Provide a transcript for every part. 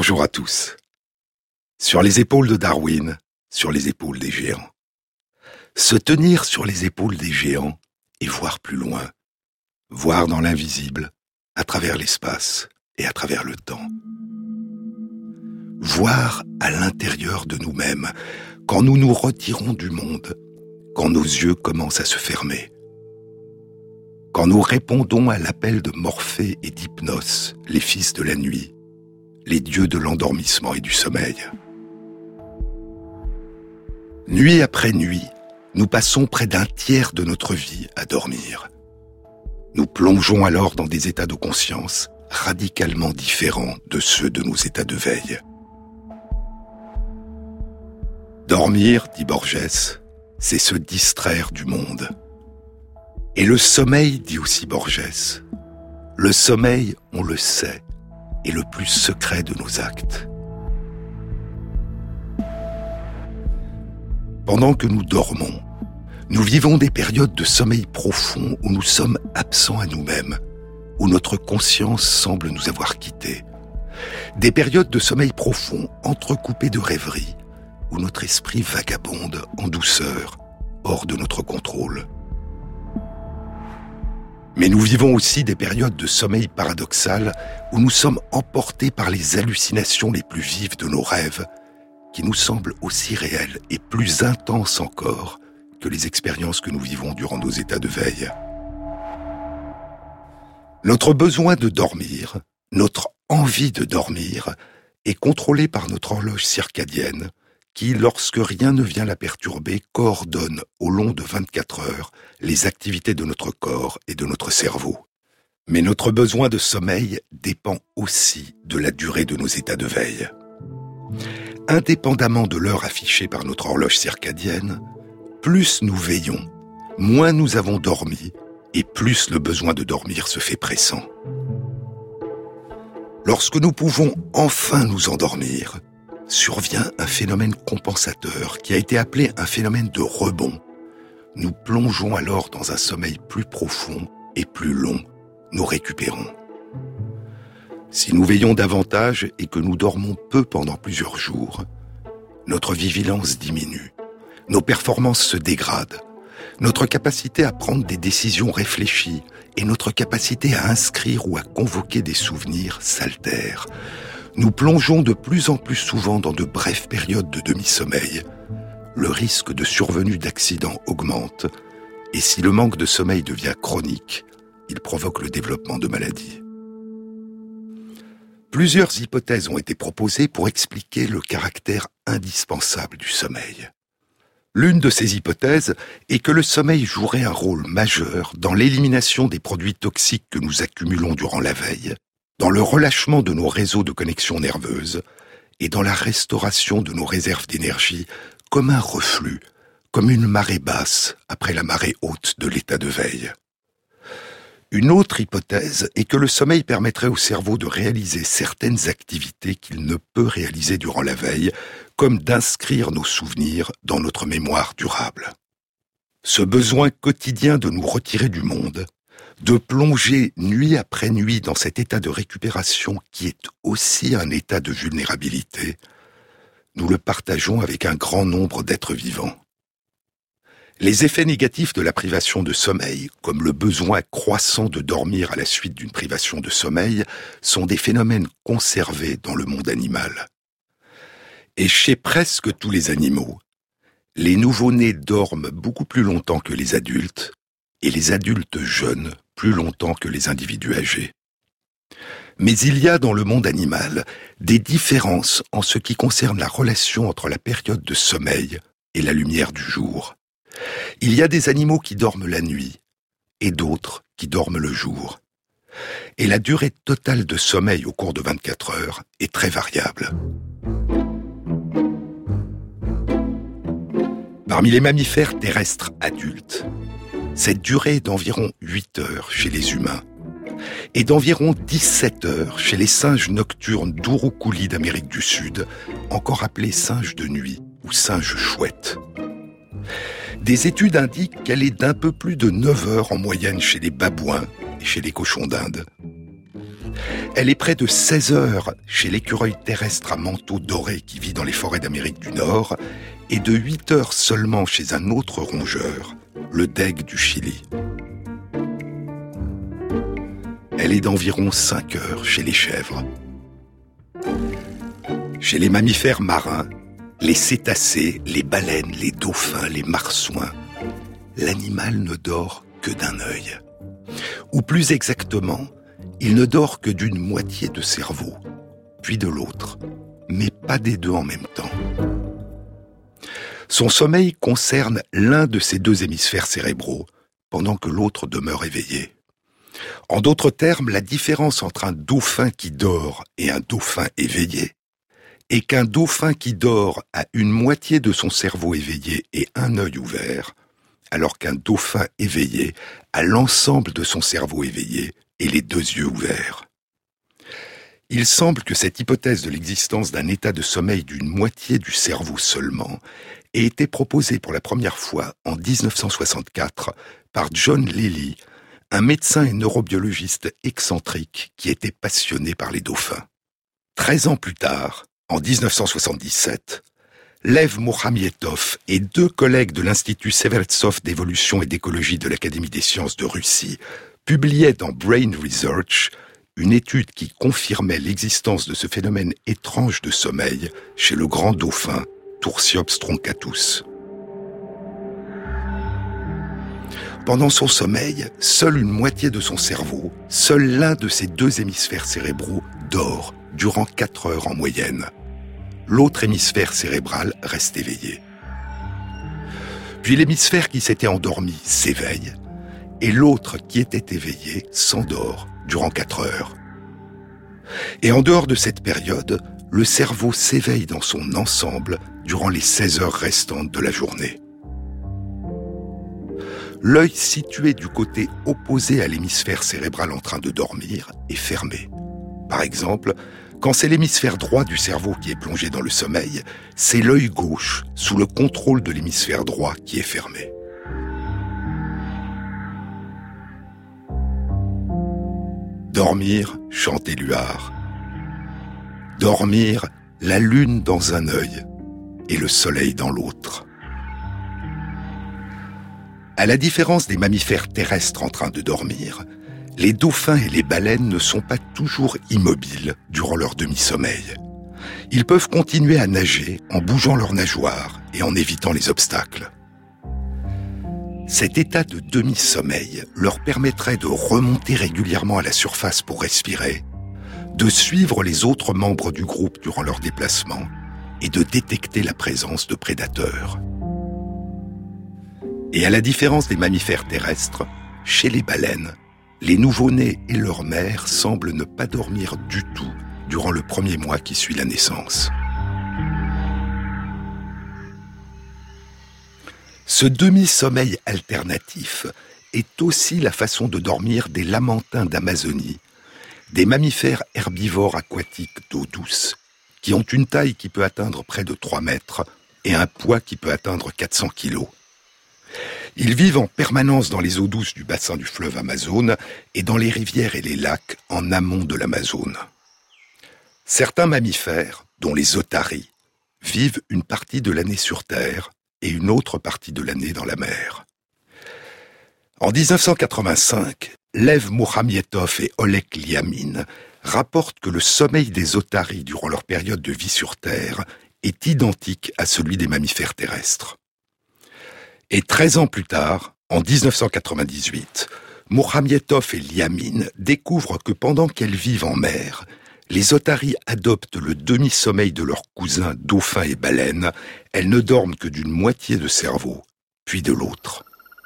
Bonjour à tous. Sur les épaules de Darwin, sur les épaules des géants. Se tenir sur les épaules des géants et voir plus loin. Voir dans l'invisible, à travers l'espace et à travers le temps. Voir à l'intérieur de nous-mêmes, quand nous nous retirons du monde, quand nos yeux commencent à se fermer. Quand nous répondons à l'appel de Morphée et d'Hypnos, les fils de la nuit, les dieux de l'endormissement et du sommeil. Nuit après nuit, nous passons près d'un tiers de notre vie à dormir. Nous plongeons alors dans des états de conscience radicalement différents de ceux de nos états de veille. Dormir, dit Borges, c'est se distraire du monde. Et le sommeil, dit aussi Borges, le sommeil, on le sait, est le plus secret de nos actes. Pendant que nous dormons, nous vivons des périodes de sommeil profond où nous sommes absents à nous-mêmes, où notre conscience semble nous avoir quittés. Des périodes de sommeil profond entrecoupées de rêveries, où notre esprit vagabonde en douceur, hors de notre contrôle. Mais nous vivons aussi des périodes de sommeil paradoxal où nous sommes emportés par les hallucinations les plus vives de nos rêves, qui nous semblent aussi réelles et plus intenses encore que les expériences que nous vivons durant nos états de veille. Notre besoin de dormir, notre envie de dormir, est contrôlé par notre horloge circadienne, qui, lorsque rien ne vient la perturber, coordonne au long de 24 heures les activités de notre corps et de notre cerveau. Mais notre besoin de sommeil dépend aussi de la durée de nos états de veille. Indépendamment de l'heure affichée par notre horloge circadienne, plus nous veillons, moins nous avons dormi et plus le besoin de dormir se fait pressant. Lorsque nous pouvons enfin nous endormir, survient un phénomène compensateur qui a été appelé un phénomène de rebond. Nous plongeons alors dans un sommeil plus profond et plus long. Nous récupérons. Si nous veillons davantage et que nous dormons peu pendant plusieurs jours, notre vigilance diminue, nos performances se dégradent, notre capacité à prendre des décisions réfléchies et notre capacité à inscrire ou à convoquer des souvenirs s'altèrent. Nous plongeons de plus en plus souvent dans de brèves périodes de demi-sommeil. Le risque de survenue d'accidents augmente, et si le manque de sommeil devient chronique, il provoque le développement de maladies. Plusieurs hypothèses ont été proposées pour expliquer le caractère indispensable du sommeil. L'une de ces hypothèses est que le sommeil jouerait un rôle majeur dans l'élimination des produits toxiques que nous accumulons durant la veille, dans le relâchement de nos réseaux de connexion nerveuse et dans la restauration de nos réserves d'énergie comme un reflux, comme une marée basse après la marée haute de l'état de veille. Une autre hypothèse est que le sommeil permettrait au cerveau de réaliser certaines activités qu'il ne peut réaliser durant la veille, comme d'inscrire nos souvenirs dans notre mémoire durable. Ce besoin quotidien de nous retirer du monde, de plonger nuit après nuit dans cet état de récupération qui est aussi un état de vulnérabilité, nous le partageons avec un grand nombre d'êtres vivants. Les effets négatifs de la privation de sommeil, comme le besoin croissant de dormir à la suite d'une privation de sommeil, sont des phénomènes conservés dans le monde animal. Et chez presque tous les animaux, les nouveau-nés dorment beaucoup plus longtemps que les adultes, et les adultes jeûnent plus longtemps que les individus âgés. Mais il y a dans le monde animal des différences en ce qui concerne la relation entre la période de sommeil et la lumière du jour. Il y a des animaux qui dorment la nuit et d'autres qui dorment le jour. Et la durée totale de sommeil au cours de 24 heures est très variable. Parmi les mammifères terrestres adultes, cette durée est d'environ 8 heures chez les humains et d'environ 17 heures chez les singes nocturnes d'Urukuli d'Amérique du Sud, encore appelés singes de nuit ou singes chouettes. Des études indiquent qu'elle est d'un peu plus de 9 heures en moyenne chez les babouins et chez les cochons d'Inde. Elle est près de 16 heures chez l'écureuil terrestre à manteau doré qui vit dans les forêts d'Amérique du Nord et de 8 heures seulement chez un autre rongeur, le daigle du Chili. Elle est d'environ 5 heures chez les chèvres. Chez les mammifères marins, les cétacés, les baleines, les dauphins, les marsouins, l'animal ne dort que d'un œil. Ou plus exactement, il ne dort que d'une moitié de cerveau, puis de l'autre, mais pas des deux en même temps. Son sommeil concerne l'un de ses deux hémisphères cérébraux, pendant que l'autre demeure éveillé. En d'autres termes, la différence entre un dauphin qui dort et un dauphin éveillé est qu'un dauphin qui dort a une moitié de son cerveau éveillé et un œil ouvert, alors qu'un dauphin éveillé a l'ensemble de son cerveau éveillé et les deux yeux ouverts. Il semble que cette hypothèse de l'existence d'un état de sommeil d'une moitié du cerveau seulement ait été proposée pour la première fois en 1964 par John Lilly, un médecin et neurobiologiste excentrique qui était passionné par les dauphins. 13 ans plus tard, en 1977, Lev Mokhamietov et 2 collègues de l'Institut Severtsov d'évolution et d'écologie de l'Académie des sciences de Russie publiaient dans Brain Research une étude qui confirmait l'existence de ce phénomène étrange de sommeil chez le grand dauphin Tursiops truncatus. Pendant son sommeil, seule une moitié de son cerveau, seul l'un de ses 2 hémisphères cérébraux dort durant 4 heures en moyenne. L'autre hémisphère cérébral reste éveillé. Puis l'hémisphère qui s'était endormi s'éveille, et l'autre qui était éveillé s'endort durant 4 heures. Et en dehors de cette période, le cerveau s'éveille dans son ensemble durant les 16 heures restantes de la journée. L'œil situé du côté opposé à l'hémisphère cérébral en train de dormir est fermé. Par exemple, quand c'est l'hémisphère droit du cerveau qui est plongé dans le sommeil, c'est l'œil gauche, sous le contrôle de l'hémisphère droit, qui est fermé. Dormir, chante Éluard. Dormir, la lune dans un œil et le soleil dans l'autre. À la différence des mammifères terrestres en train de dormir, les dauphins et les baleines ne sont pas toujours immobiles durant leur demi-sommeil. Ils peuvent continuer à nager en bougeant leurs nageoires et en évitant les obstacles. Cet état de demi-sommeil leur permettrait de remonter régulièrement à la surface pour respirer, de suivre les autres membres du groupe durant leur déplacement et de détecter la présence de prédateurs. Et à la différence des mammifères terrestres, chez les baleines, les nouveau-nés et leur mère semblent ne pas dormir du tout durant le premier mois qui suit la naissance. Ce demi-sommeil alternatif est aussi la façon de dormir des lamantins d'Amazonie, des mammifères herbivores aquatiques d'eau douce, qui ont une taille qui peut atteindre près de 3 mètres et un poids qui peut atteindre 400 kilos. Ils vivent en permanence dans les eaux douces du bassin du fleuve Amazone et dans les rivières et les lacs en amont de l'Amazone. Certains mammifères, dont les otaries, vivent une partie de l'année sur Terre et une autre partie de l'année dans la mer. En 1985, Lev Mokhamietov et Oleg Liamin rapportent que le sommeil des otaries durant leur période de vie sur Terre est identique à celui des mammifères terrestres. Et 13 ans plus tard, en 1998, Mokhamietov et Liamin découvrent que pendant qu'elles vivent en mer, les otaries adoptent le demi-sommeil de leurs cousins dauphins et baleines. Elles ne dorment que d'une moitié de cerveau, puis de l'autre.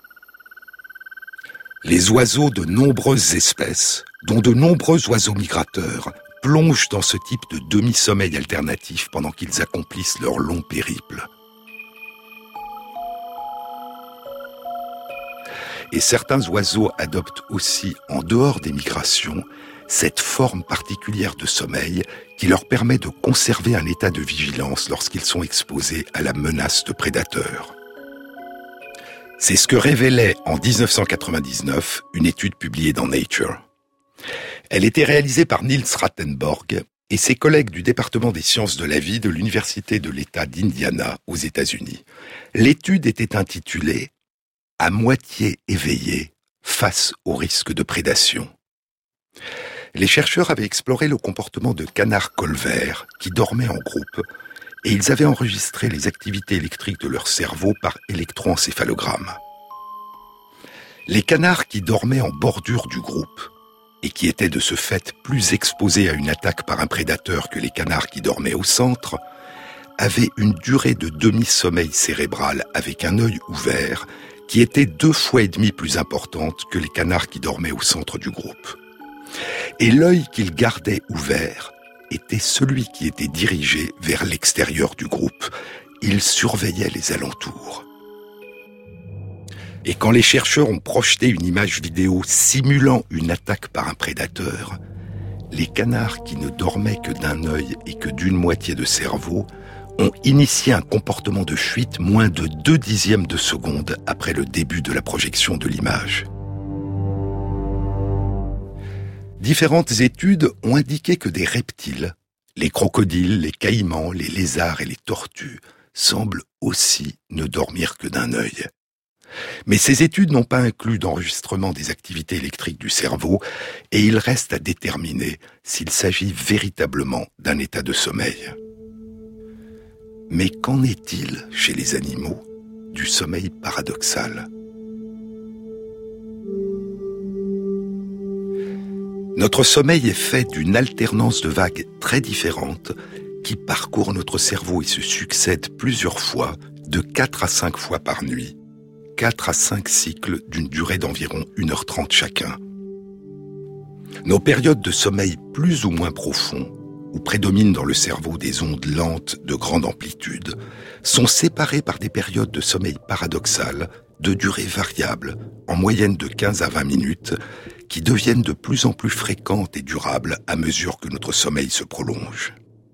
Les oiseaux de nombreuses espèces, dont de nombreux oiseaux migrateurs, plongent dans ce type de demi-sommeil alternatif pendant qu'ils accomplissent leur long périple. Et certains oiseaux adoptent aussi, en dehors des migrations, cette forme particulière de sommeil qui leur permet de conserver un état de vigilance lorsqu'ils sont exposés à la menace de prédateurs. C'est ce que révélait en 1999 une étude publiée dans Nature. Elle était réalisée par Niels Rattenborg et ses collègues du département des sciences de la vie de l'Université de l'État d'Indiana aux États-Unis. L'étude était intitulée « À moitié éveillé face au risque de prédation ». Les chercheurs avaient exploré le comportement de canards colverts qui dormaient en groupe et ils avaient enregistré les activités électriques de leur cerveau par électroencéphalogramme. Les canards qui dormaient en bordure du groupe et qui étaient de ce fait plus exposés à une attaque par un prédateur que les canards qui dormaient au centre, avaient une durée de demi-sommeil cérébral avec un œil ouvert qui était 2,5 fois plus importante que les canards qui dormaient au centre du groupe. Et l'œil qu'ils gardaient ouvert était celui qui était dirigé vers l'extérieur du groupe. Ils surveillaient les alentours. Et quand les chercheurs ont projeté une image vidéo simulant une attaque par un prédateur, les canards qui ne dormaient que d'un œil et que d'une moitié de cerveau ont initié un comportement de fuite moins de 0,2 de seconde après le début de la projection de l'image. Différentes études ont indiqué que des reptiles, les crocodiles, les caïmans, les lézards et les tortues, semblent aussi ne dormir que d'un œil. Mais ces études n'ont pas inclus d'enregistrement des activités électriques du cerveau et il reste à déterminer s'il s'agit véritablement d'un état de sommeil. Mais qu'en est-il chez les animaux du sommeil paradoxal ? Notre sommeil est fait d'une alternance de vagues très différentes qui parcourent notre cerveau et se succèdent plusieurs fois, de 4 à 5 fois par nuit. 4 à 5 cycles d'une durée d'environ 1h30 chacun. Nos périodes de sommeil plus ou moins profonds, où prédominent dans le cerveau des ondes lentes de grande amplitude, sont séparées par des périodes de sommeil paradoxal de durée variable, en moyenne de 15 à 20 minutes, qui deviennent de plus en plus fréquentes et durables à mesure que notre sommeil se prolonge.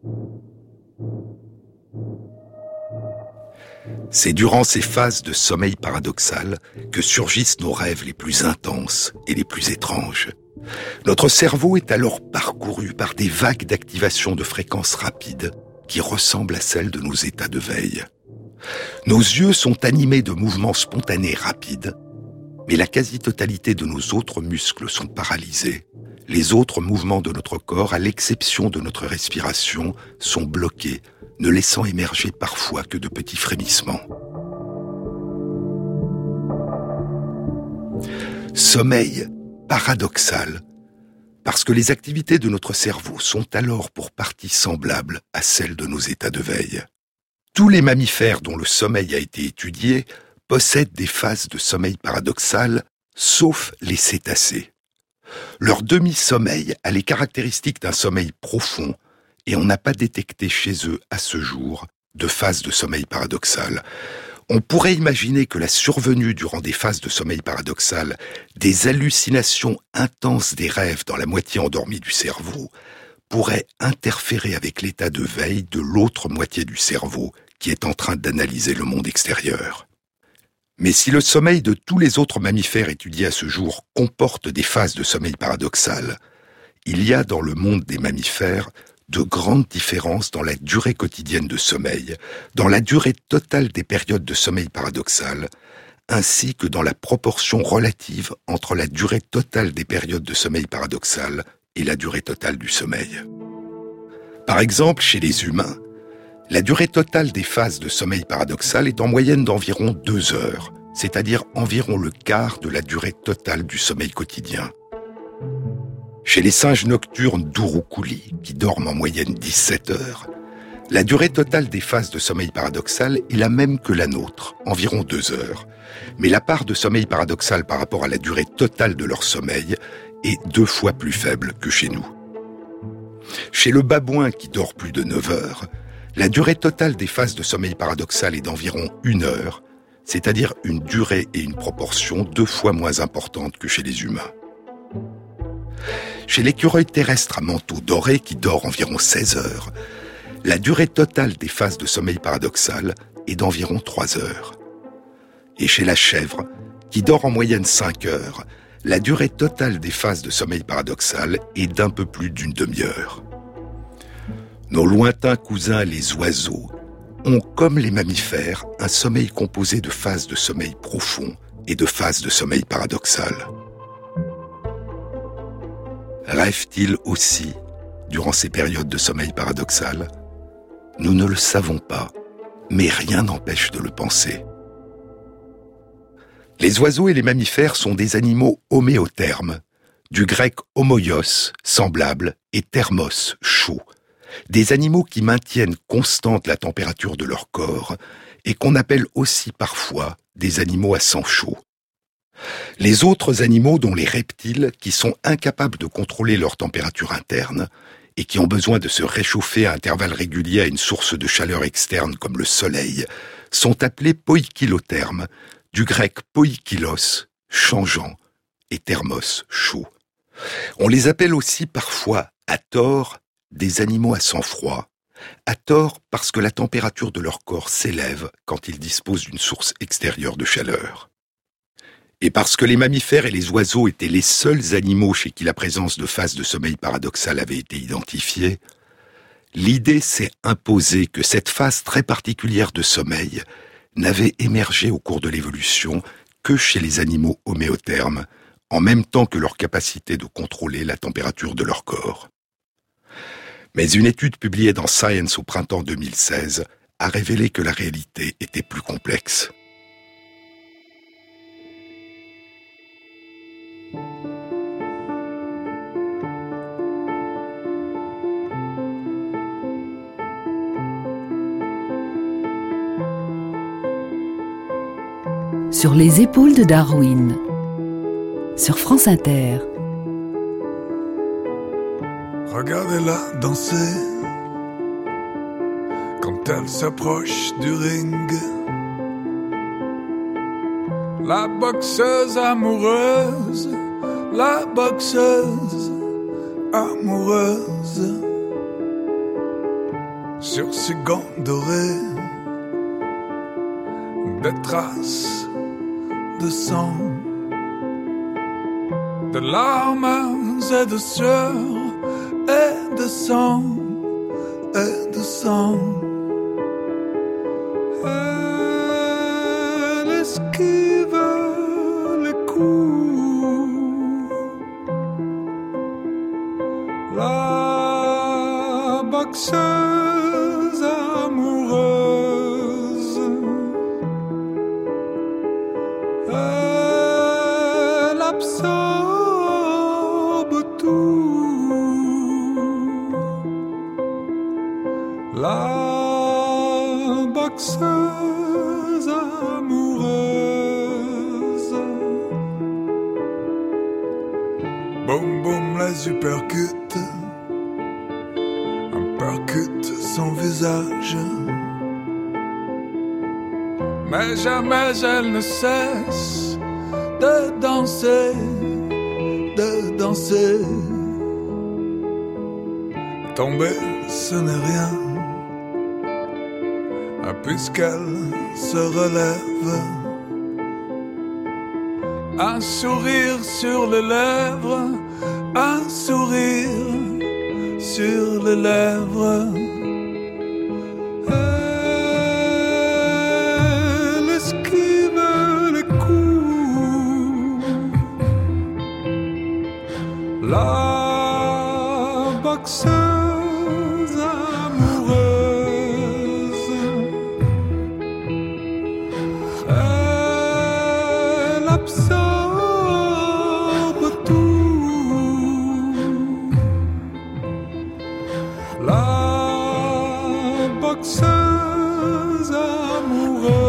C'est durant ces phases de sommeil paradoxal que surgissent nos rêves les plus intenses et les plus étranges. Notre cerveau est alors parcouru par des vagues d'activation de fréquences rapides qui ressemblent à celles de nos états de veille. Nos yeux sont animés de mouvements spontanés rapides, mais la quasi-totalité de nos autres muscles sont paralysés. Les autres mouvements de notre corps, à l'exception de notre respiration, sont bloqués, ne laissant émerger parfois que de petits frémissements. Sommeil paradoxal, parce que les activités de notre cerveau sont alors pour partie semblables à celles de nos états de veille. Tous les mammifères dont le sommeil a été étudié possèdent des phases de sommeil paradoxal, sauf les cétacés. Leur demi-sommeil a les caractéristiques d'un sommeil profond et on n'a pas détecté chez eux, à ce jour, de phase de sommeil paradoxal. On pourrait imaginer que la survenue durant des phases de sommeil paradoxal, des hallucinations intenses des rêves dans la moitié endormie du cerveau, pourrait interférer avec l'état de veille de l'autre moitié du cerveau qui est en train d'analyser le monde extérieur. Mais si le sommeil de tous les autres mammifères étudiés à ce jour comporte des phases de sommeil paradoxal, il y a dans le monde des mammifères de grandes différences dans la durée quotidienne de sommeil, dans la durée totale des périodes de sommeil paradoxal, ainsi que dans la proportion relative entre la durée totale des périodes de sommeil paradoxal et la durée totale du sommeil. Par exemple, chez les humains, la durée totale des phases de sommeil paradoxal est en moyenne d'environ 2 heures, c'est-à-dire environ le quart de la durée totale du sommeil quotidien. Chez les singes nocturnes d'Urukuli, qui dorment en moyenne 17 heures, la durée totale des phases de sommeil paradoxal est la même que la nôtre, environ 2 heures. Mais la part de sommeil paradoxal par rapport à la durée totale de leur sommeil est 2 fois plus faible que chez nous. Chez le babouin qui dort plus de 9 heures, la durée totale des phases de sommeil paradoxal est d'environ 1 heure, c'est-à-dire une durée et une proportion 2 fois moins importantes que chez les humains. Chez l'écureuil terrestre à manteau doré qui dort environ 16 heures, la durée totale des phases de sommeil paradoxal est d'environ 3 heures. Et chez la chèvre, qui dort en moyenne 5 heures, La durée totale des phases de sommeil paradoxal est d'un peu plus d'une demi-heure. Nos lointains cousins les oiseaux ont, comme les mammifères, un sommeil composé de phases de sommeil profond et de phases de sommeil paradoxal. Rêvent-ils aussi durant ces périodes de sommeil paradoxal ? Nous ne le savons pas, mais rien n'empêche de le penser. Les oiseaux et les mammifères sont des animaux homéothermes, du grec homoios, semblable, et thermos, chaud, des animaux qui maintiennent constante la température de leur corps et qu'on appelle aussi parfois des animaux à sang chaud. Les autres animaux, dont les reptiles, qui sont incapables de contrôler leur température interne et qui ont besoin de se réchauffer à intervalles réguliers à une source de chaleur externe comme le soleil, sont appelés poikilothermes, du grec poikilos, changeant, et thermos, chaud. On les appelle aussi parfois, à tort, des animaux à sang froid, à tort parce que la température de leur corps s'élève quand ils disposent d'une source extérieure de chaleur. Et parce que les mammifères et les oiseaux étaient les seuls animaux chez qui la présence de phases de sommeil paradoxal avait été identifiée, l'idée s'est imposée que cette phase très particulière de sommeil n'avait émergé au cours de l'évolution que chez les animaux homéothermes, en même temps que leur capacité de contrôler la température de leur corps. Mais une étude publiée dans Science au printemps 2016 a révélé que la réalité était plus complexe. Sur les épaules de Darwin, sur France Inter. Regardez-la danser quand elle s'approche du ring. La boxeuse amoureuse, la boxeuse amoureuse. Sur ses gants dorés, des traces de sang, de larmes et de sueur, et de sang, et de sang. Elle esquive les coups. La boxeuse amoureuse, elle absorbe tout. La boxeuse amoureuse. Boum boum les uppercuts, percute son visage. Mais jamais elle ne cesse de danser, de danser. Tomber, ce n'est rien, puisqu'elle se relève. Un sourire sur les lèvres, un sourire sur les lèvres. Elle esquive les coups. La boxeuse amoureuse, elle absorbe tout. La boxeuse amoureuse.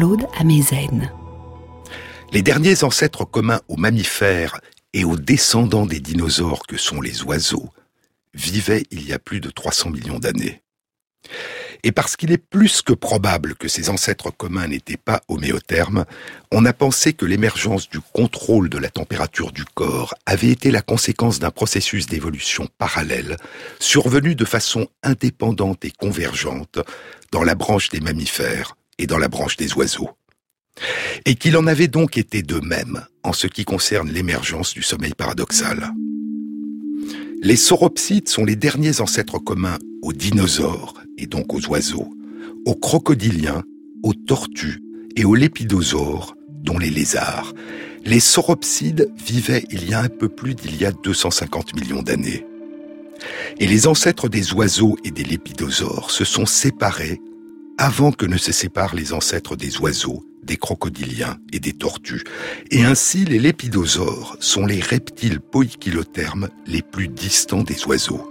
Claude Amezen. Les derniers ancêtres communs aux mammifères et aux descendants des dinosaures que sont les oiseaux vivaient il y a plus de 300 millions d'années. Et parce qu'il est plus que probable que ces ancêtres communs n'étaient pas homéothermes, on a pensé que l'émergence du contrôle de la température du corps avait été la conséquence d'un processus d'évolution parallèle, survenu de façon indépendante et convergente dans la branche des mammifères et dans la branche des oiseaux. Et qu'il en avait donc été de même en ce qui concerne l'émergence du sommeil paradoxal. Les sauropsides sont les derniers ancêtres communs aux dinosaures, et donc aux oiseaux, aux crocodiliens, aux tortues et aux lépidosaures, dont les lézards. Les sauropsides vivaient il y a un peu plus d'il y a 250 millions d'années. Et les ancêtres des oiseaux et des lépidosaures se sont séparés avant que ne se séparent les ancêtres des oiseaux, des crocodiliens et des tortues. Et ainsi, les lépidosaures sont les reptiles poikilothermes les plus distants des oiseaux.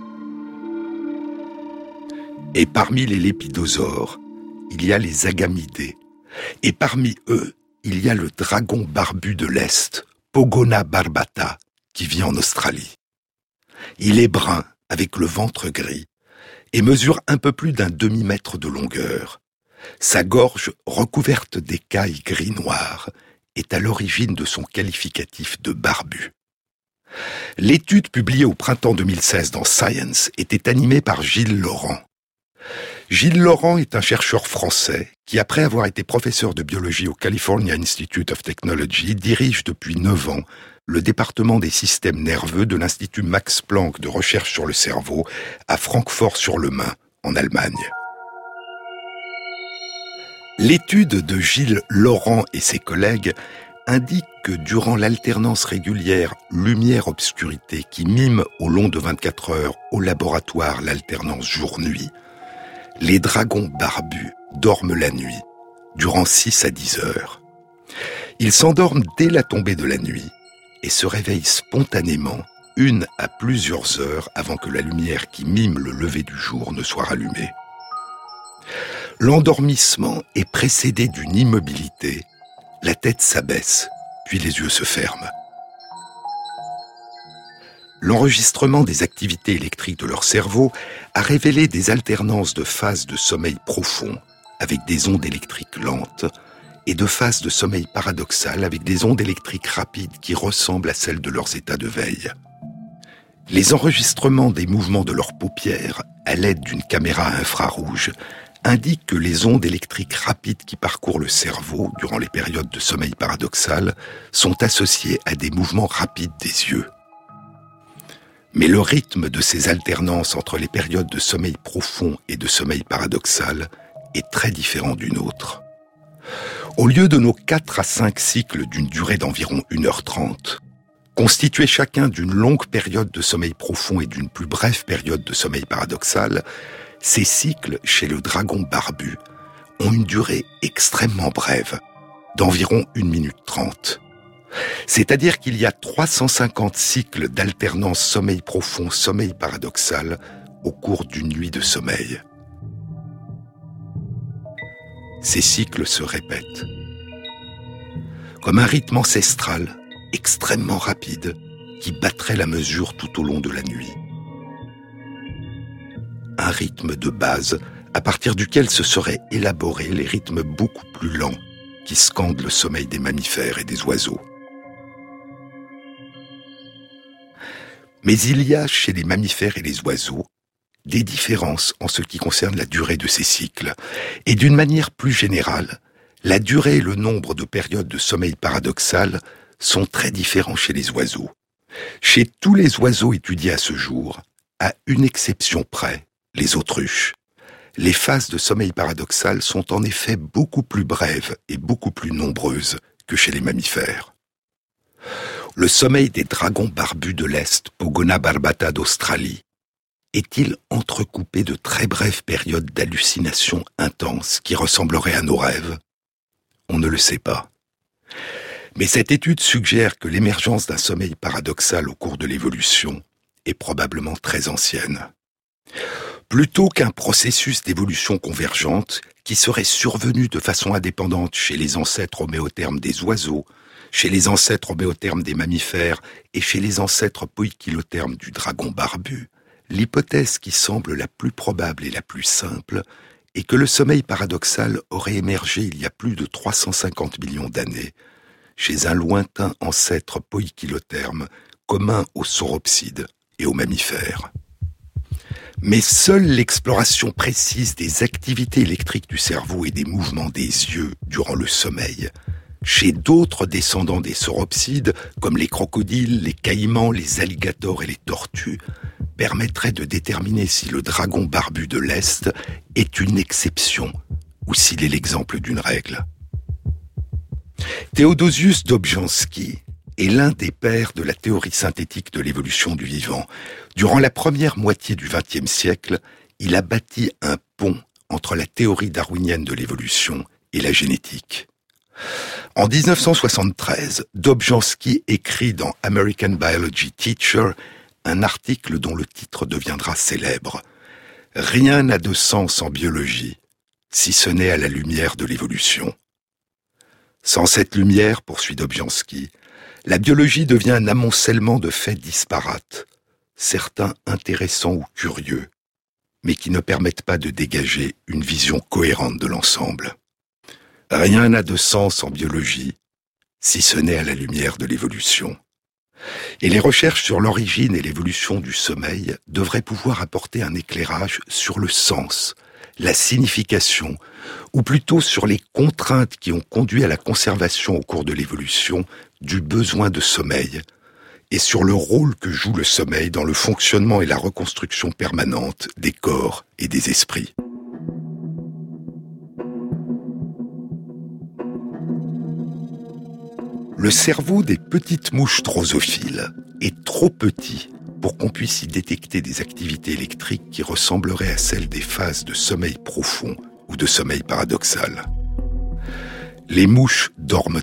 Et parmi les lépidosaures, il y a les agamidés. Et parmi eux, il y a le dragon barbu de l'Est, Pogona barbata, qui vit en Australie. Il est brun, avec le ventre gris, et mesure un peu plus d'un demi-mètre de longueur. Sa gorge, recouverte d'écailles gris-noir, est à l'origine de son qualificatif de barbu. L'étude publiée au printemps 2016 dans Science était animée par Gilles Laurent. Gilles Laurent est un chercheur français qui, après avoir été professeur de biologie au California Institute of Technology, dirige depuis 9 ans le département des systèmes nerveux de l'Institut Max Planck de recherche sur le cerveau à Francfort-sur-le-Main, en Allemagne. L'étude de Gilles Laurent et ses collègues indique que durant l'alternance régulière lumière-obscurité qui mime au long de 24 heures au laboratoire l'alternance jour-nuit, les dragons barbus dorment la nuit, durant 6 à 10 heures. Ils s'endorment dès la tombée de la nuit et se réveillent spontanément 1 à plusieurs heures avant que la lumière qui mime le lever du jour ne soit rallumée. L'endormissement est précédé d'une immobilité, la tête s'abaisse, puis les yeux se ferment. L'enregistrement des activités électriques de leur cerveau a révélé des alternances de phases de sommeil profond, avec des ondes électriques lentes, et de phases de sommeil paradoxal avec des ondes électriques rapides qui ressemblent à celles de leurs états de veille. Les enregistrements des mouvements de leurs paupières, à l'aide d'une caméra infrarouge, indiquent que les ondes électriques rapides qui parcourent le cerveau durant les périodes de sommeil paradoxal sont associées à des mouvements rapides des yeux. Mais le rythme de ces alternances entre les périodes de sommeil profond et de sommeil paradoxal est très différent d'une autre. Au lieu de nos 4 à 5 cycles d'une durée d'environ 1h30, constitués chacun d'une longue période de sommeil profond et d'une plus brève période de sommeil paradoxal, ces cycles, chez le dragon barbu, ont une durée extrêmement brève, d'environ 1 minute 30. C'est-à-dire qu'il y a 350 cycles d'alternance sommeil profond, sommeil paradoxal au cours d'une nuit de sommeil. Ces cycles se répètent. Comme un rythme ancestral, extrêmement rapide, qui battrait la mesure tout au long de la nuit. Un rythme de base, à partir duquel se seraient élaborés les rythmes beaucoup plus lents qui scandent le sommeil des mammifères et des oiseaux. Mais il y a chez les mammifères et les oiseaux des différences en ce qui concerne la durée de ces cycles. Et d'une manière plus générale, la durée et le nombre de périodes de sommeil paradoxal sont très différents chez les oiseaux. Chez tous les oiseaux étudiés à ce jour, à une exception près, les autruches, les phases de sommeil paradoxal sont en effet beaucoup plus brèves et beaucoup plus nombreuses que chez les mammifères. Le sommeil des dragons barbus de l'Est, Pogona barbata d'Australie, est-il entrecoupé de très brèves périodes d'hallucinations intenses qui ressembleraient à nos rêves ? On ne le sait pas. Mais cette étude suggère que l'émergence d'un sommeil paradoxal au cours de l'évolution est probablement très ancienne. plutôt qu'un processus d'évolution convergente qui serait survenu de façon indépendante chez les ancêtres homéothermes des oiseaux, chez les ancêtres homéothermes des mammifères et chez les ancêtres poikilothermes du dragon barbu, l'hypothèse qui semble la plus probable et la plus simple est que le sommeil paradoxal aurait émergé il y a plus de 350 millions d'années, chez un lointain ancêtre poikilotherme commun aux sauropsides et aux mammifères. Mais seule l'exploration précise des activités électriques du cerveau et des mouvements des yeux durant le sommeil, chez d'autres descendants des sauropsides, comme les crocodiles, les caïmans, les alligators et les tortues, permettrait de déterminer si le dragon barbu de l'Est est une exception ou s'il est l'exemple d'une règle. Théodosius Dobzhansky est l'un des pères de la théorie synthétique de l'évolution du vivant. Durant la première moitié du XXe siècle, il a bâti un pont entre la théorie darwinienne de l'évolution et la génétique. En 1973, Dobzhansky écrit dans American Biology Teacher un article dont le titre deviendra célèbre. « Rien n'a de sens en biologie, si ce n'est à la lumière de l'évolution. » Sans cette lumière, poursuit Dobzhansky, la biologie devient un amoncellement de faits disparates, certains intéressants ou curieux, mais qui ne permettent pas de dégager une vision cohérente de l'ensemble. Rien n'a de sens en biologie, si ce n'est à la lumière de l'évolution. Et les recherches sur l'origine et l'évolution du sommeil devraient pouvoir apporter un éclairage sur le sens, la signification, ou plutôt sur les contraintes qui ont conduit à la conservation au cours de l'évolution du besoin de sommeil, et sur le rôle que joue le sommeil dans le fonctionnement et la reconstruction permanente des corps et des esprits. Le cerveau des petites mouches drosophiles est trop petit pour qu'on puisse y détecter des activités électriques qui ressembleraient à celles des phases de sommeil profond ou de sommeil paradoxal. Les mouches dorment-elles ?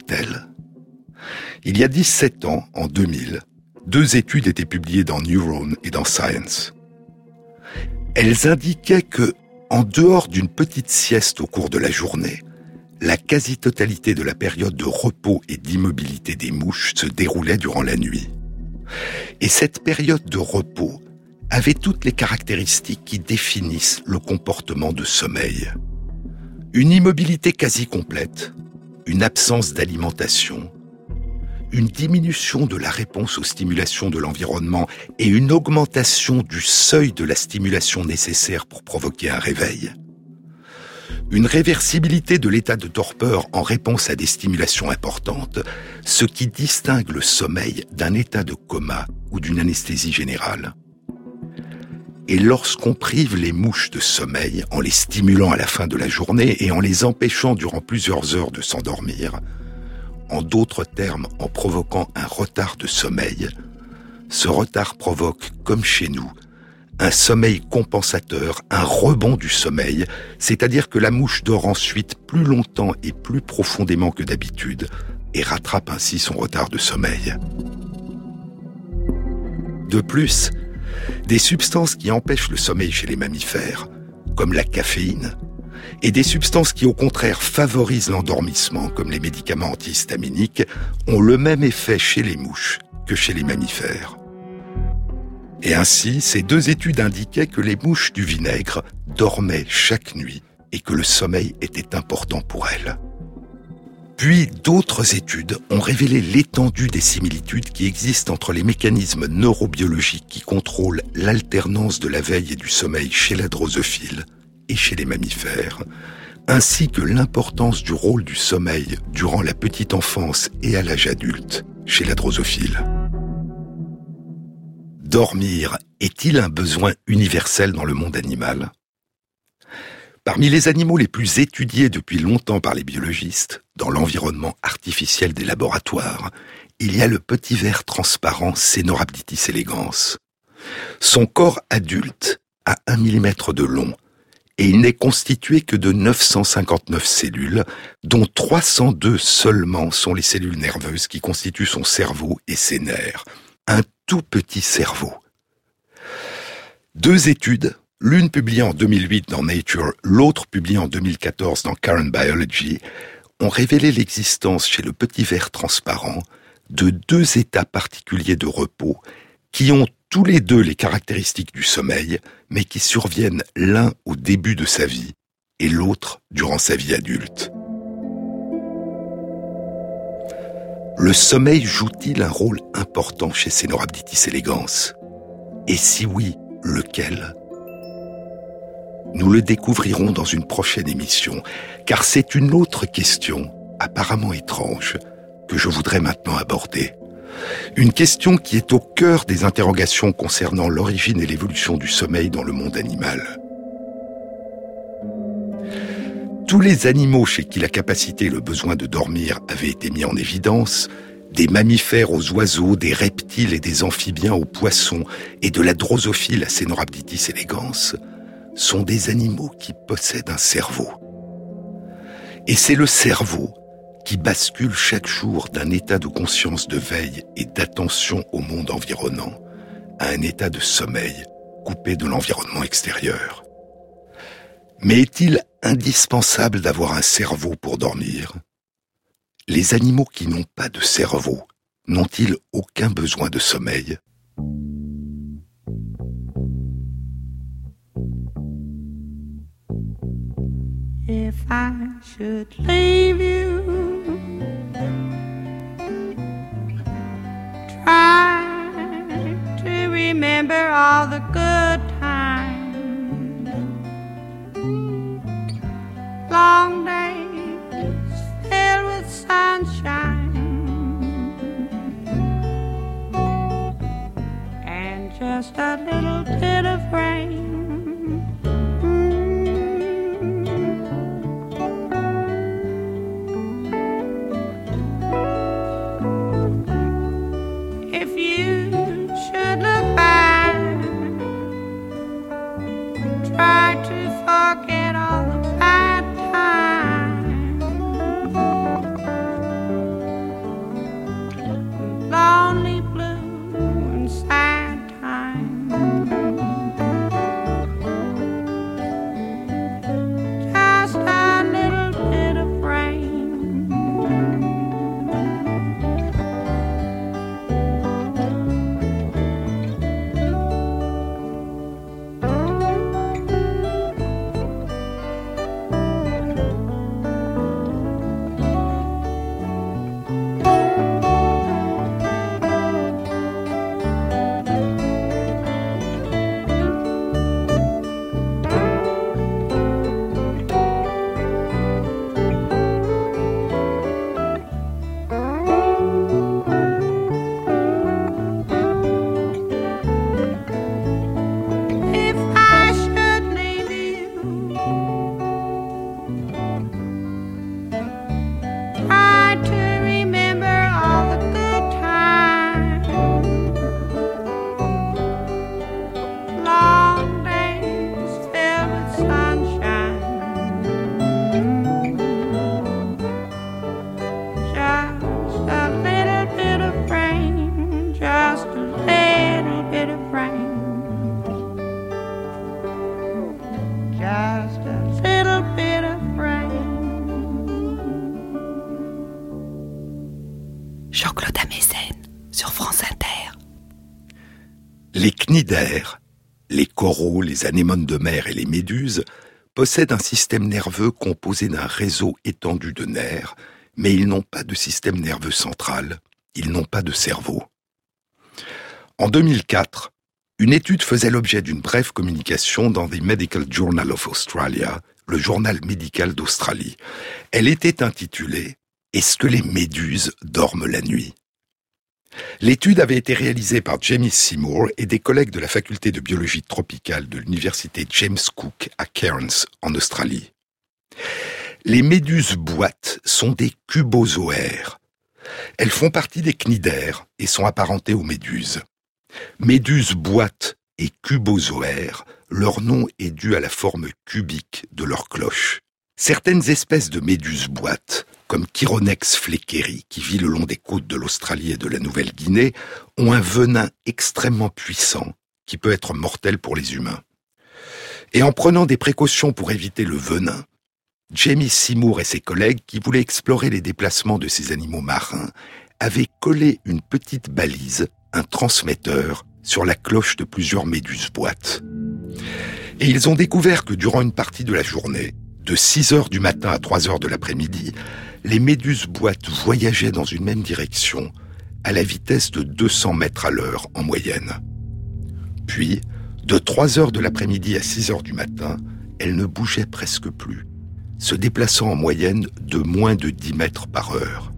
Il y a 17 ans, en 2000, 2 études étaient publiées dans Neurone et dans Science. Elles indiquaient que, en dehors d'une petite sieste au cours de la journée, la quasi-totalité de la période de repos et d'immobilité des mouches se déroulait durant la nuit. Et cette période de repos avait toutes les caractéristiques qui définissent le comportement de sommeil. Une immobilité quasi complète, une absence d'alimentation, une diminution de la réponse aux stimulations de l'environnement et une augmentation du seuil de la stimulation nécessaire pour provoquer un réveil. Une réversibilité de l'état de torpeur en réponse à des stimulations importantes, ce qui distingue le sommeil d'un état de coma ou d'une anesthésie générale. Et lorsqu'on prive les mouches de sommeil en les stimulant à la fin de la journée et en les empêchant durant plusieurs heures de s'endormir, en d'autres termes en provoquant un retard de sommeil, ce retard provoque, comme chez nous, un sommeil compensateur, un rebond du sommeil, c'est-à-dire que la mouche dort ensuite plus longtemps et plus profondément que d'habitude et rattrape ainsi son retard de sommeil. De plus, des substances qui empêchent le sommeil chez les mammifères, comme la caféine, et des substances qui au contraire favorisent l'endormissement, comme les médicaments antihistaminiques, ont le même effet chez les mouches que chez les mammifères. Et ainsi, ces 2 études indiquaient que les mouches du vinaigre dormaient chaque nuit et que le sommeil était important pour elles. Puis d'autres études ont révélé l'étendue des similitudes qui existent entre les mécanismes neurobiologiques qui contrôlent l'alternance de la veille et du sommeil chez la drosophile et chez les mammifères, ainsi que l'importance du rôle du sommeil durant la petite enfance et à l'âge adulte chez la drosophile. Dormir est-il un besoin universel dans le monde animal ? Parmi les animaux les plus étudiés depuis longtemps par les biologistes, dans l'environnement artificiel des laboratoires, il y a le petit ver transparent Caenorhabditis elegans. Son corps adulte a 1 mm de long et il n'est constitué que de 959 cellules, dont 302 seulement sont les cellules nerveuses qui constituent son cerveau et ses nerfs. Un tout petit cerveau. 2 études L'une publiée en 2008 dans Nature, l'autre publiée en 2014 dans Current Biology, ont révélé l'existence chez le petit ver transparent de deux états particuliers de repos qui ont tous les deux les caractéristiques du sommeil, mais qui surviennent l'un au début de sa vie et l'autre durant sa vie adulte. Le sommeil joue-t-il un rôle important chez Caenorhabditis elegans ? Et si oui, lequel ? Nous le découvrirons dans une prochaine émission, car c'est une autre question, apparemment étrange, que je voudrais maintenant aborder. Une question qui est au cœur des interrogations concernant l'origine et l'évolution du sommeil dans le monde animal. Tous les animaux chez qui la capacité et le besoin de dormir avaient été mis en évidence, des mammifères aux oiseaux, des reptiles et des amphibiens aux poissons, et de la drosophile à Caenorhabditis elegans, sont des animaux qui possèdent un cerveau. Et c'est le cerveau qui bascule chaque jour d'un état de conscience de veille et d'attention au monde environnant à un état de sommeil coupé de l'environnement extérieur. Mais est-il indispensable d'avoir un cerveau pour dormir ? Les animaux qui n'ont pas de cerveau n'ont-ils aucun besoin de sommeil ? If I should leave you, try to remember all the good times, long days filled with sunshine, and just a little bit of rain. Jean-Claude Amezen sur France Inter. Les cnidaires, les coraux, les anémones de mer et les méduses possèdent un système nerveux composé d'un réseau étendu de nerfs, mais ils n'ont pas de système nerveux central, ils n'ont pas de cerveau. En 2004, une étude faisait l'objet d'une brève communication dans The Medical Journal of Australia, le journal médical d'Australie. Elle était intitulée « Est-ce que les méduses dorment la nuit ?» L'étude avait été réalisée par Jamie Seymour et des collègues de la faculté de biologie tropicale de l'université James Cook à Cairns, en Australie. Les méduses boîtes sont des cubozoaires. Elles font partie des cnidaires et sont apparentées aux méduses. Méduses boîtes et cubozoaires, leur nom est dû à la forme cubique de leur cloche. Certaines espèces de méduses boîtes, comme Chironex fleckeri, qui vit le long des côtes de l'Australie et de la Nouvelle-Guinée, ont un venin extrêmement puissant qui peut être mortel pour les humains. Et en prenant des précautions pour éviter le venin, Jamie Seymour et ses collègues, qui voulaient explorer les déplacements de ces animaux marins, avaient collé une petite balise, un transmetteur, sur la cloche de plusieurs méduses-boîtes. Et ils ont découvert que durant une partie de la journée, de 6 heures du matin à 3 heures de l'après-midi, les méduses-boîtes voyageaient dans une même direction, à la vitesse de 200 mètres à l'heure en moyenne. Puis, de 3 heures de l'après-midi à 6 heures du matin, elles ne bougeaient presque plus, se déplaçant en moyenne de moins de 10 mètres par heure.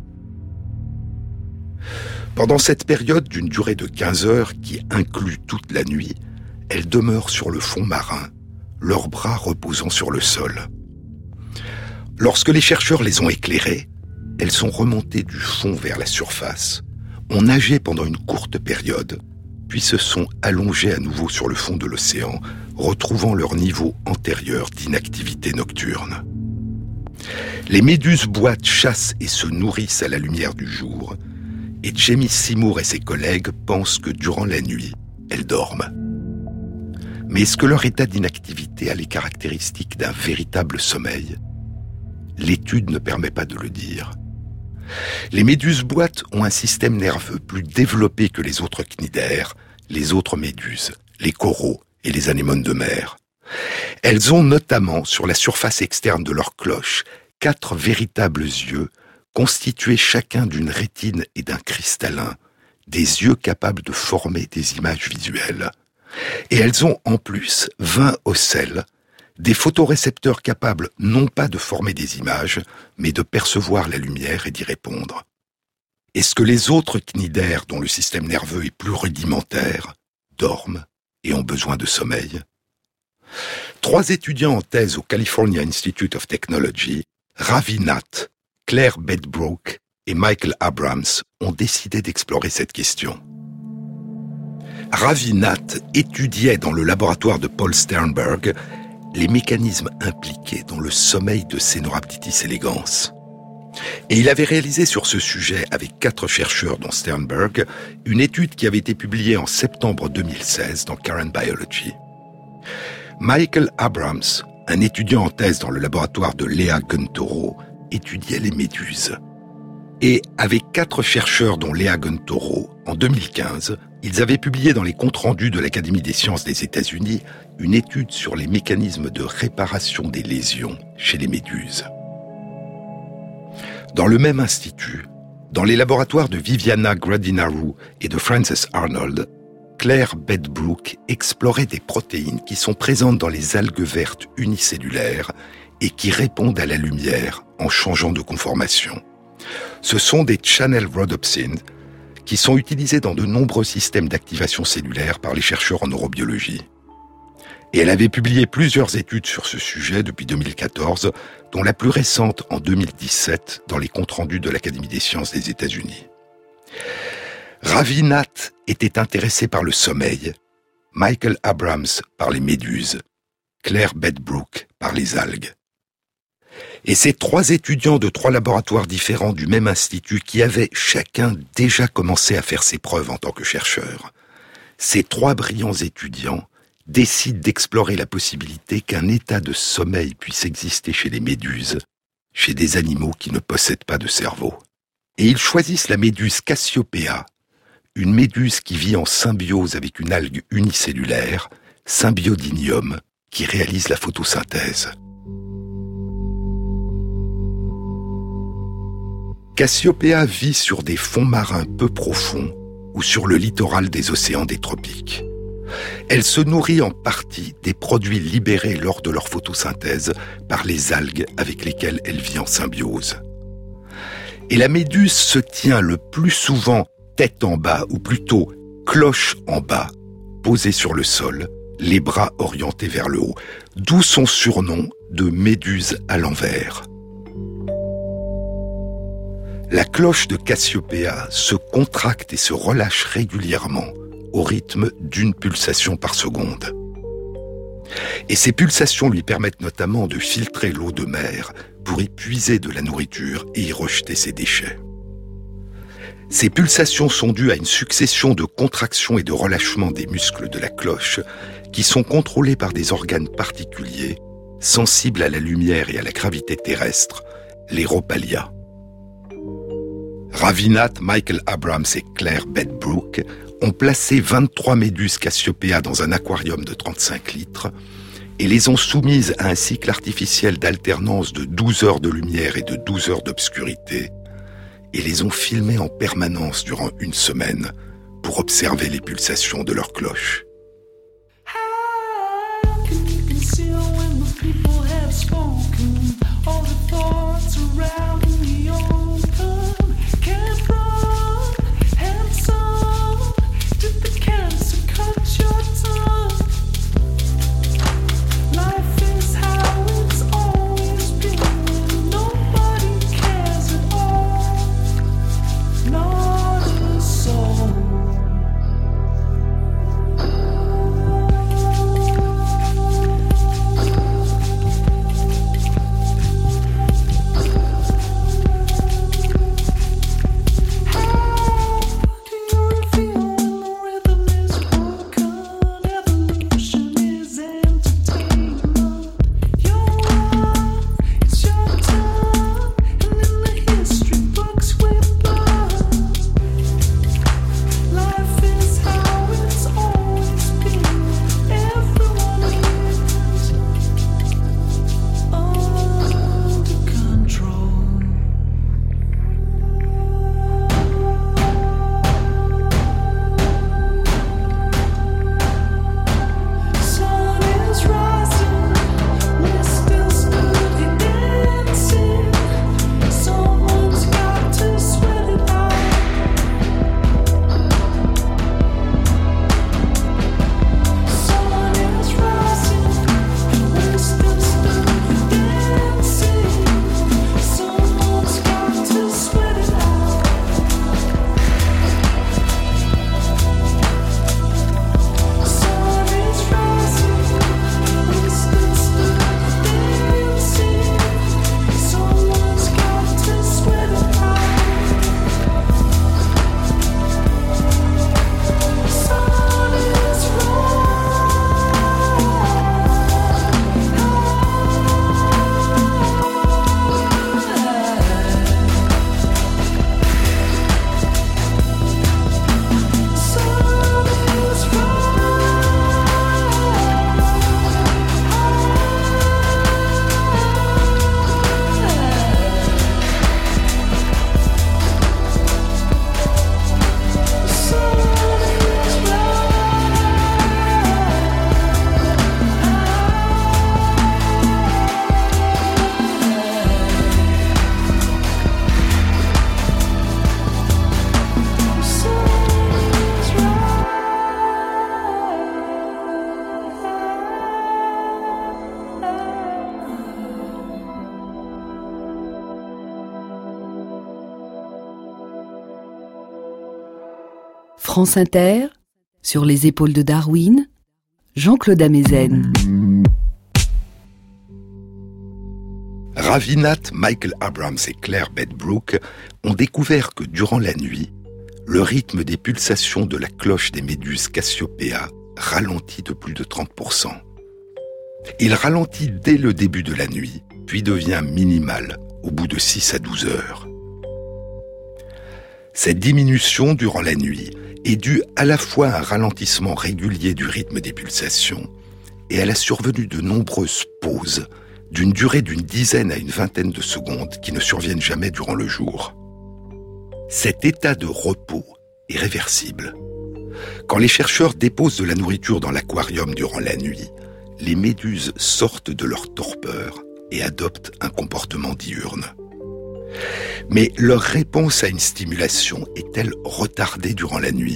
Pendant cette période d'une durée de 15 heures qui inclut toute la nuit, elles demeurent sur le fond marin, leurs bras reposant sur le sol. Lorsque les chercheurs les ont éclairées, elles sont remontées du fond vers la surface, ont nagé pendant une courte période, puis se sont allongées à nouveau sur le fond de l'océan, retrouvant leur niveau antérieur d'inactivité nocturne. Les méduses-boîtes chassent et se nourrissent à la lumière du jour, et Jamie Seymour et ses collègues pensent que durant la nuit, elles dorment. Mais est-ce que leur état d'inactivité a les caractéristiques d'un véritable sommeil ? L'étude ne permet pas de le dire. Les méduses-boîtes ont un système nerveux plus développé que les autres cnidaires, les autres méduses, les coraux et les anémones de mer. Elles ont notamment, sur la surface externe de leur cloche, 4 véritables yeux, constitués chacun d'une rétine et d'un cristallin, des yeux capables de former des images visuelles. Et elles ont en plus 20 ocelles, des photorécepteurs capables non pas de former des images, mais de percevoir la lumière et d'y répondre. Est-ce que les autres cnidaires, dont le système nerveux est plus rudimentaire, dorment et ont besoin de sommeil ? 3 étudiants en thèse au California Institute of Technology, Ravi Nath, Claire Bedbrook et Michael Abrams, ont décidé d'explorer cette question. Ravi Nath étudiait dans le laboratoire de Paul Sternberg les mécanismes impliqués dans le sommeil de Caenorhabditis elegans. Et il avait réalisé sur ce sujet, avec 4 chercheurs dont Sternberg, une étude qui avait été publiée en septembre 2016 dans Current Biology. Michael Abrams, un étudiant en thèse dans le laboratoire de Léa Guntoro, étudiait les méduses. Et avec 4 chercheurs dont Léa Guntoro, en 2015, ils avaient publié dans les comptes rendus de l'Académie des sciences des États-Unis une étude sur les mécanismes de réparation des lésions chez les méduses. Dans le même institut, dans les laboratoires de Viviana Gradinaru et de Frances Arnold, Claire Bedbrook explorait des protéines qui sont présentes dans les algues vertes unicellulaires et qui répondent à la lumière en changeant de conformation. Ce sont des channel rhodopsines qui sont utilisés dans de nombreux systèmes d'activation cellulaire par les chercheurs en neurobiologie. Et elle avait publié plusieurs études sur ce sujet depuis 2014, dont la plus récente en 2017 dans les comptes rendus de l'Académie des sciences des États-Unis. Ravi Nath était intéressé par le sommeil, Michael Abrams par les méduses, Claire Bedbrook par les algues. Et ces 3 étudiants de 3 laboratoires différents du même institut qui avaient chacun déjà commencé à faire ses preuves en tant que chercheurs, ces 3 brillants étudiants décident d'explorer la possibilité qu'un état de sommeil puisse exister chez les méduses, chez des animaux qui ne possèdent pas de cerveau. Et ils choisissent la méduse Cassiopeia, une méduse qui vit en symbiose avec une algue unicellulaire, Symbiodinium, qui réalise la photosynthèse. Cassiopeia vit sur des fonds marins peu profonds ou sur le littoral des océans des tropiques. Elle se nourrit en partie des produits libérés lors de leur photosynthèse par les algues avec lesquelles elle vit en symbiose. Et la méduse se tient le plus souvent tête en bas, ou plutôt cloche en bas, posée sur le sol, les bras orientés vers le haut, d'où son surnom de méduse à l'envers. La cloche de Cassiopeia se contracte et se relâche régulièrement au rythme d'une pulsation par seconde. Et ces pulsations lui permettent notamment de filtrer l'eau de mer pour y puiser de la nourriture et y rejeter ses déchets. Ces pulsations sont dues à une succession de contractions et de relâchements des muscles de la cloche qui sont contrôlés par des organes particuliers, sensibles à la lumière et à la gravité terrestre, les rhopalia. Ravinath, Michael Abrams et Claire Bedbrook ont placé 23 méduses Cassiopeia dans un aquarium de 35 litres et les ont soumises à un cycle artificiel d'alternance de 12 heures de lumière et de 12 heures d'obscurité et les ont filmées en permanence durant une semaine pour observer les pulsations de leur cloche. France Inter, sur les épaules de Darwin, Jean-Claude Amezen. Ravinath, Michael Abrams et Claire Bedbrook ont découvert que durant la nuit, le rythme des pulsations de la cloche des méduses Cassiopeia ralentit de plus de 30%. Il ralentit dès le début de la nuit, puis devient minimal au bout de 6 à 12 heures. Cette diminution durant la nuit est due à la fois à un ralentissement régulier du rythme des pulsations et à la survenue de nombreuses pauses d'une durée d'une dizaine à une vingtaine de secondes qui ne surviennent jamais durant le jour. Cet état de repos est réversible. Quand les chercheurs déposent de la nourriture dans l'aquarium durant la nuit, les méduses sortent de leur torpeur et adoptent un comportement diurne. Mais leur réponse à une stimulation est-elle retardée durant la nuit ?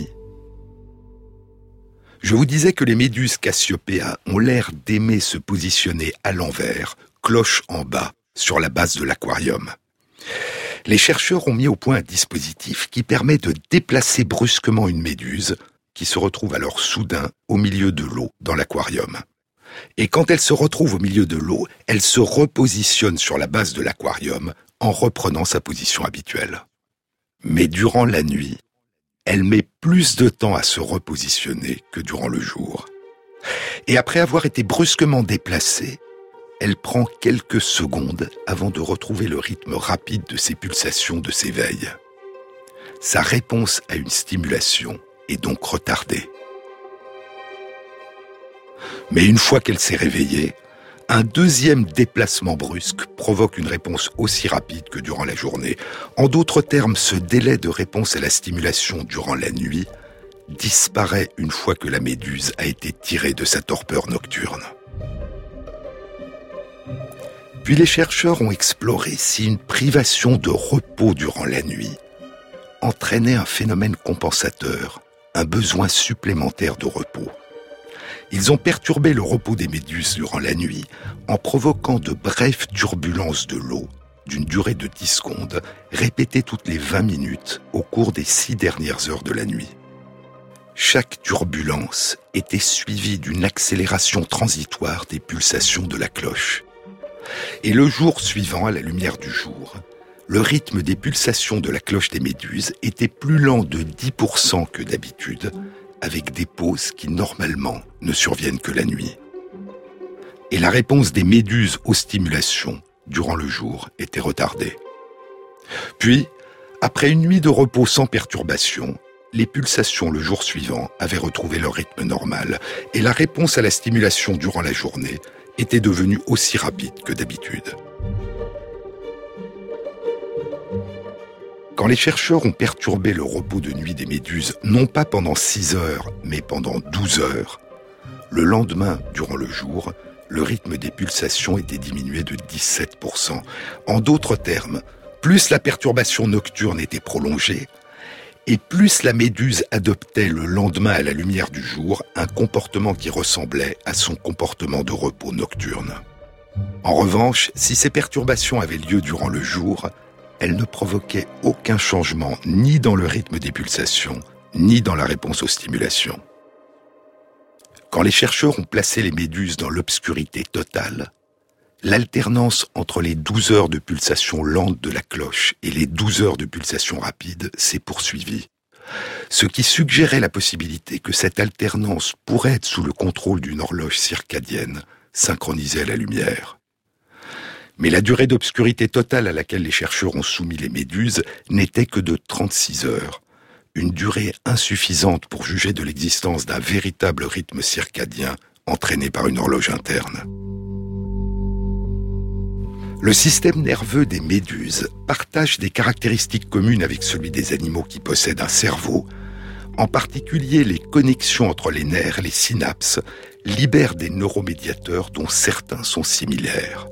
Je vous disais que les méduses Cassiopeia ont l'air d'aimer se positionner à l'envers, cloche en bas, sur la base de l'aquarium. Les chercheurs ont mis au point un dispositif qui permet de déplacer brusquement une méduse, qui se retrouve alors soudain au milieu de l'eau dans l'aquarium. Et quand elle se retrouve au milieu de l'eau, elle se repositionne sur la base de l'aquarium en reprenant sa position habituelle. Mais durant la nuit, elle met plus de temps à se repositionner que durant le jour. Et après avoir été brusquement déplacée, elle prend quelques secondes avant de retrouver le rythme rapide de ses pulsations de s'éveil. Sa réponse à une stimulation est donc retardée. Mais une fois qu'elle s'est réveillée, un deuxième déplacement brusque provoque une réponse aussi rapide que durant la journée. En d'autres termes, ce délai de réponse à la stimulation durant la nuit disparaît une fois que la méduse a été tirée de sa torpeur nocturne. Puis les chercheurs ont exploré si une privation de repos durant la nuit entraînait un phénomène compensateur, un besoin supplémentaire de repos. Ils ont perturbé le repos des méduses durant la nuit en provoquant de brèves turbulences de l'eau d'une durée de 10 secondes, répétées toutes les 20 minutes au cours des 6 dernières heures de la nuit. Chaque turbulence était suivie d'une accélération transitoire des pulsations de la cloche. Et le jour suivant, à la lumière du jour, le rythme des pulsations de la cloche des méduses était plus lent de 10% que d'habitude, avec des pauses qui, normalement, ne surviennent que la nuit. Et la réponse des méduses aux stimulations, durant le jour, était retardée. Puis, après une nuit de repos sans perturbation, les pulsations le jour suivant avaient retrouvé leur rythme normal, et la réponse à la stimulation durant la journée était devenue aussi rapide que d'habitude. Quand les chercheurs ont perturbé le repos de nuit des méduses, non pas pendant 6 heures, mais pendant 12 heures, le lendemain, durant le jour, le rythme des pulsations était diminué de 17%. En d'autres termes, plus la perturbation nocturne était prolongée, et plus la méduse adoptait le lendemain à la lumière du jour un comportement qui ressemblait à son comportement de repos nocturne. En revanche, si ces perturbations avaient lieu durant le jour, elles ne provoquaient aucun changement ni dans le rythme des pulsations, ni dans la réponse aux stimulations. Quand les chercheurs ont placé les méduses dans l'obscurité totale, l'alternance entre les 12 heures de pulsation lente de la cloche et les 12 heures de pulsation rapide s'est poursuivie, ce qui suggérait la possibilité que cette alternance pourrait être sous le contrôle d'une horloge circadienne synchronisée à la lumière. Mais la durée d'obscurité totale à laquelle les chercheurs ont soumis les méduses n'était que de 36 heures, une durée insuffisante pour juger de l'existence d'un véritable rythme circadien entraîné par une horloge interne. Le système nerveux des méduses partage des caractéristiques communes avec celui des animaux qui possèdent un cerveau. En particulier, les connexions entre les nerfs, les synapses, libèrent des neuromédiateurs dont certains sont similaires.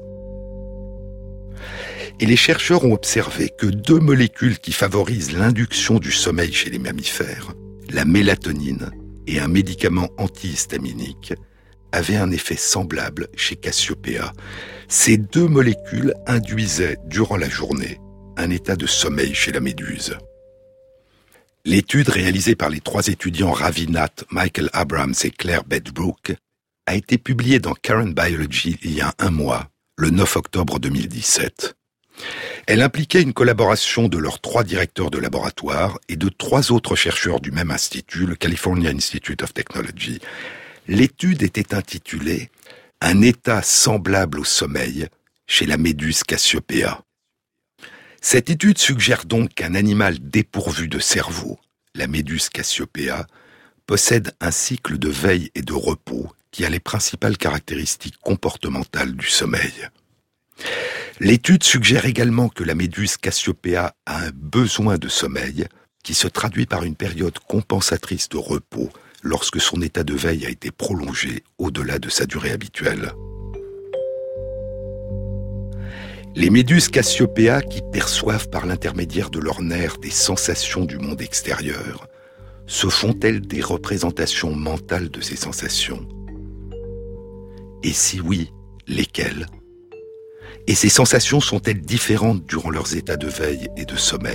Et les chercheurs ont observé que 2 molécules qui favorisent l'induction du sommeil chez les mammifères, la mélatonine et un médicament antihistaminique, avaient un effet semblable chez Cassiopeia. Ces 2 molécules induisaient, durant la journée, un état de sommeil chez la méduse. L'étude réalisée par les 3 étudiants Ravi Nath, Michael Abrams et Claire Bedbrook a été publiée dans Current Biology il y a 1 mois, le 9 octobre 2017. Elle impliquait une collaboration de leurs 3 directeurs de laboratoire et de 3 autres chercheurs du même institut, le California Institute of Technology. L'étude était intitulée « Un état semblable au sommeil chez la méduse Cassiopeia ». Cette étude suggère donc qu'un animal dépourvu de cerveau, la méduse Cassiopeia, possède un cycle de veille et de repos qui a les principales caractéristiques comportementales du sommeil. L'étude suggère également que la méduse Cassiopeia a un besoin de sommeil qui se traduit par une période compensatrice de repos lorsque son état de veille a été prolongé au-delà de sa durée habituelle. Les méduses Cassiopeia, qui perçoivent par l'intermédiaire de leurs nerfs des sensations du monde extérieur, se font-elles des représentations mentales de ces sensations ? Et si oui, lesquelles ? Et ces sensations sont-elles différentes durant leurs états de veille et de sommeil ?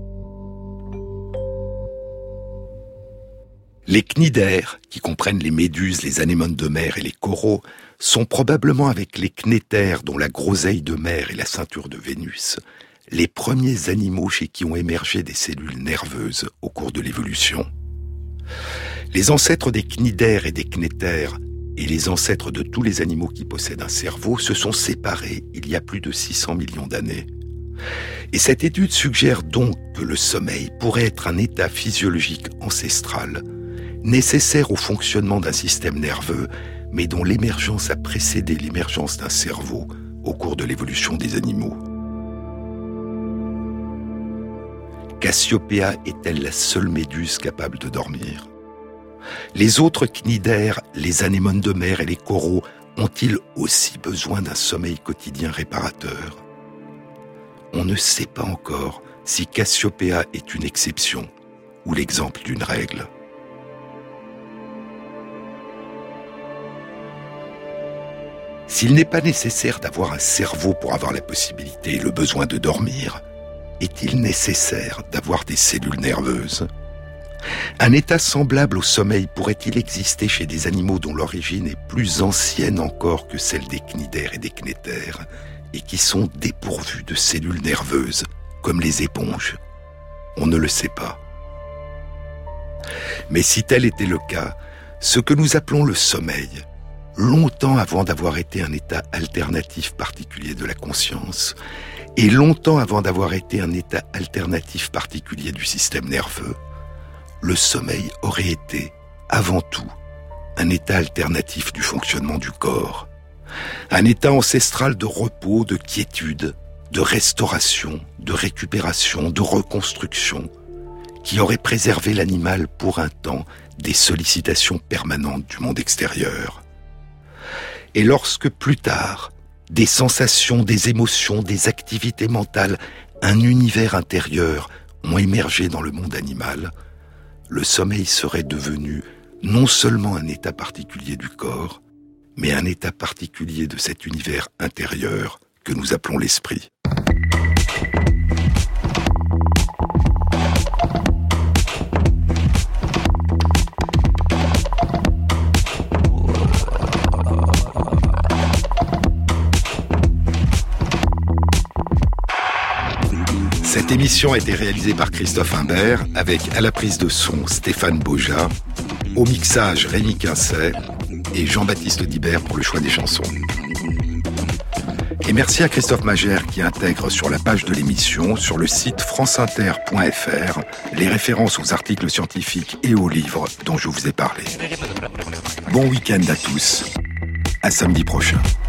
Les cnidaires, qui comprennent les méduses, les anémones de mer et les coraux, sont probablement avec les cnétaires, dont la groseille de mer et la ceinture de Vénus, les premiers animaux chez qui ont émergé des cellules nerveuses au cours de l'évolution. Les ancêtres des cnidaires et des cnétaires et les ancêtres de tous les animaux qui possèdent un cerveau se sont séparés il y a plus de 600 millions d'années. Et cette étude suggère donc que le sommeil pourrait être un état physiologique ancestral, nécessaire au fonctionnement d'un système nerveux, mais dont l'émergence a précédé l'émergence d'un cerveau au cours de l'évolution des animaux. Cassiopeia est-elle la seule méduse capable de dormir ? Les autres cnidaires, les anémones de mer et les coraux ont-ils aussi besoin d'un sommeil quotidien réparateur ? On ne sait pas encore si Cassiopeia est une exception ou l'exemple d'une règle. S'il n'est pas nécessaire d'avoir un cerveau pour avoir la possibilité et le besoin de dormir, est-il nécessaire d'avoir des cellules nerveuses ? Un état semblable au sommeil pourrait-il exister chez des animaux dont l'origine est plus ancienne encore que celle des cnidaires et des cnétaires et qui sont dépourvus de cellules nerveuses, comme les éponges ? On ne le sait pas. Mais si tel était le cas, ce que nous appelons le sommeil, longtemps avant d'avoir été un état alternatif particulier de la conscience, et longtemps avant d'avoir été un état alternatif particulier du système nerveux, le sommeil aurait été, avant tout, un état alternatif du fonctionnement du corps, un état ancestral de repos, de quiétude, de restauration, de récupération, de reconstruction, qui aurait préservé l'animal pour un temps des sollicitations permanentes du monde extérieur. Et lorsque plus tard, des sensations, des émotions, des activités mentales, un univers intérieur ont émergé dans le monde animal, le sommeil serait devenu non seulement un état particulier du corps, mais un état particulier de cet univers intérieur que nous appelons l'esprit. Cette émission a été réalisée par Christophe Imbert, avec à la prise de son Stéphane Boja, au mixage Rémi Quincet et Jean-Baptiste Dibert pour le choix des chansons. Et merci à Christophe Magère qui intègre sur la page de l'émission, sur le site franceinter.fr, les références aux articles scientifiques et aux livres dont je vous ai parlé. Bon week-end à tous, à samedi prochain.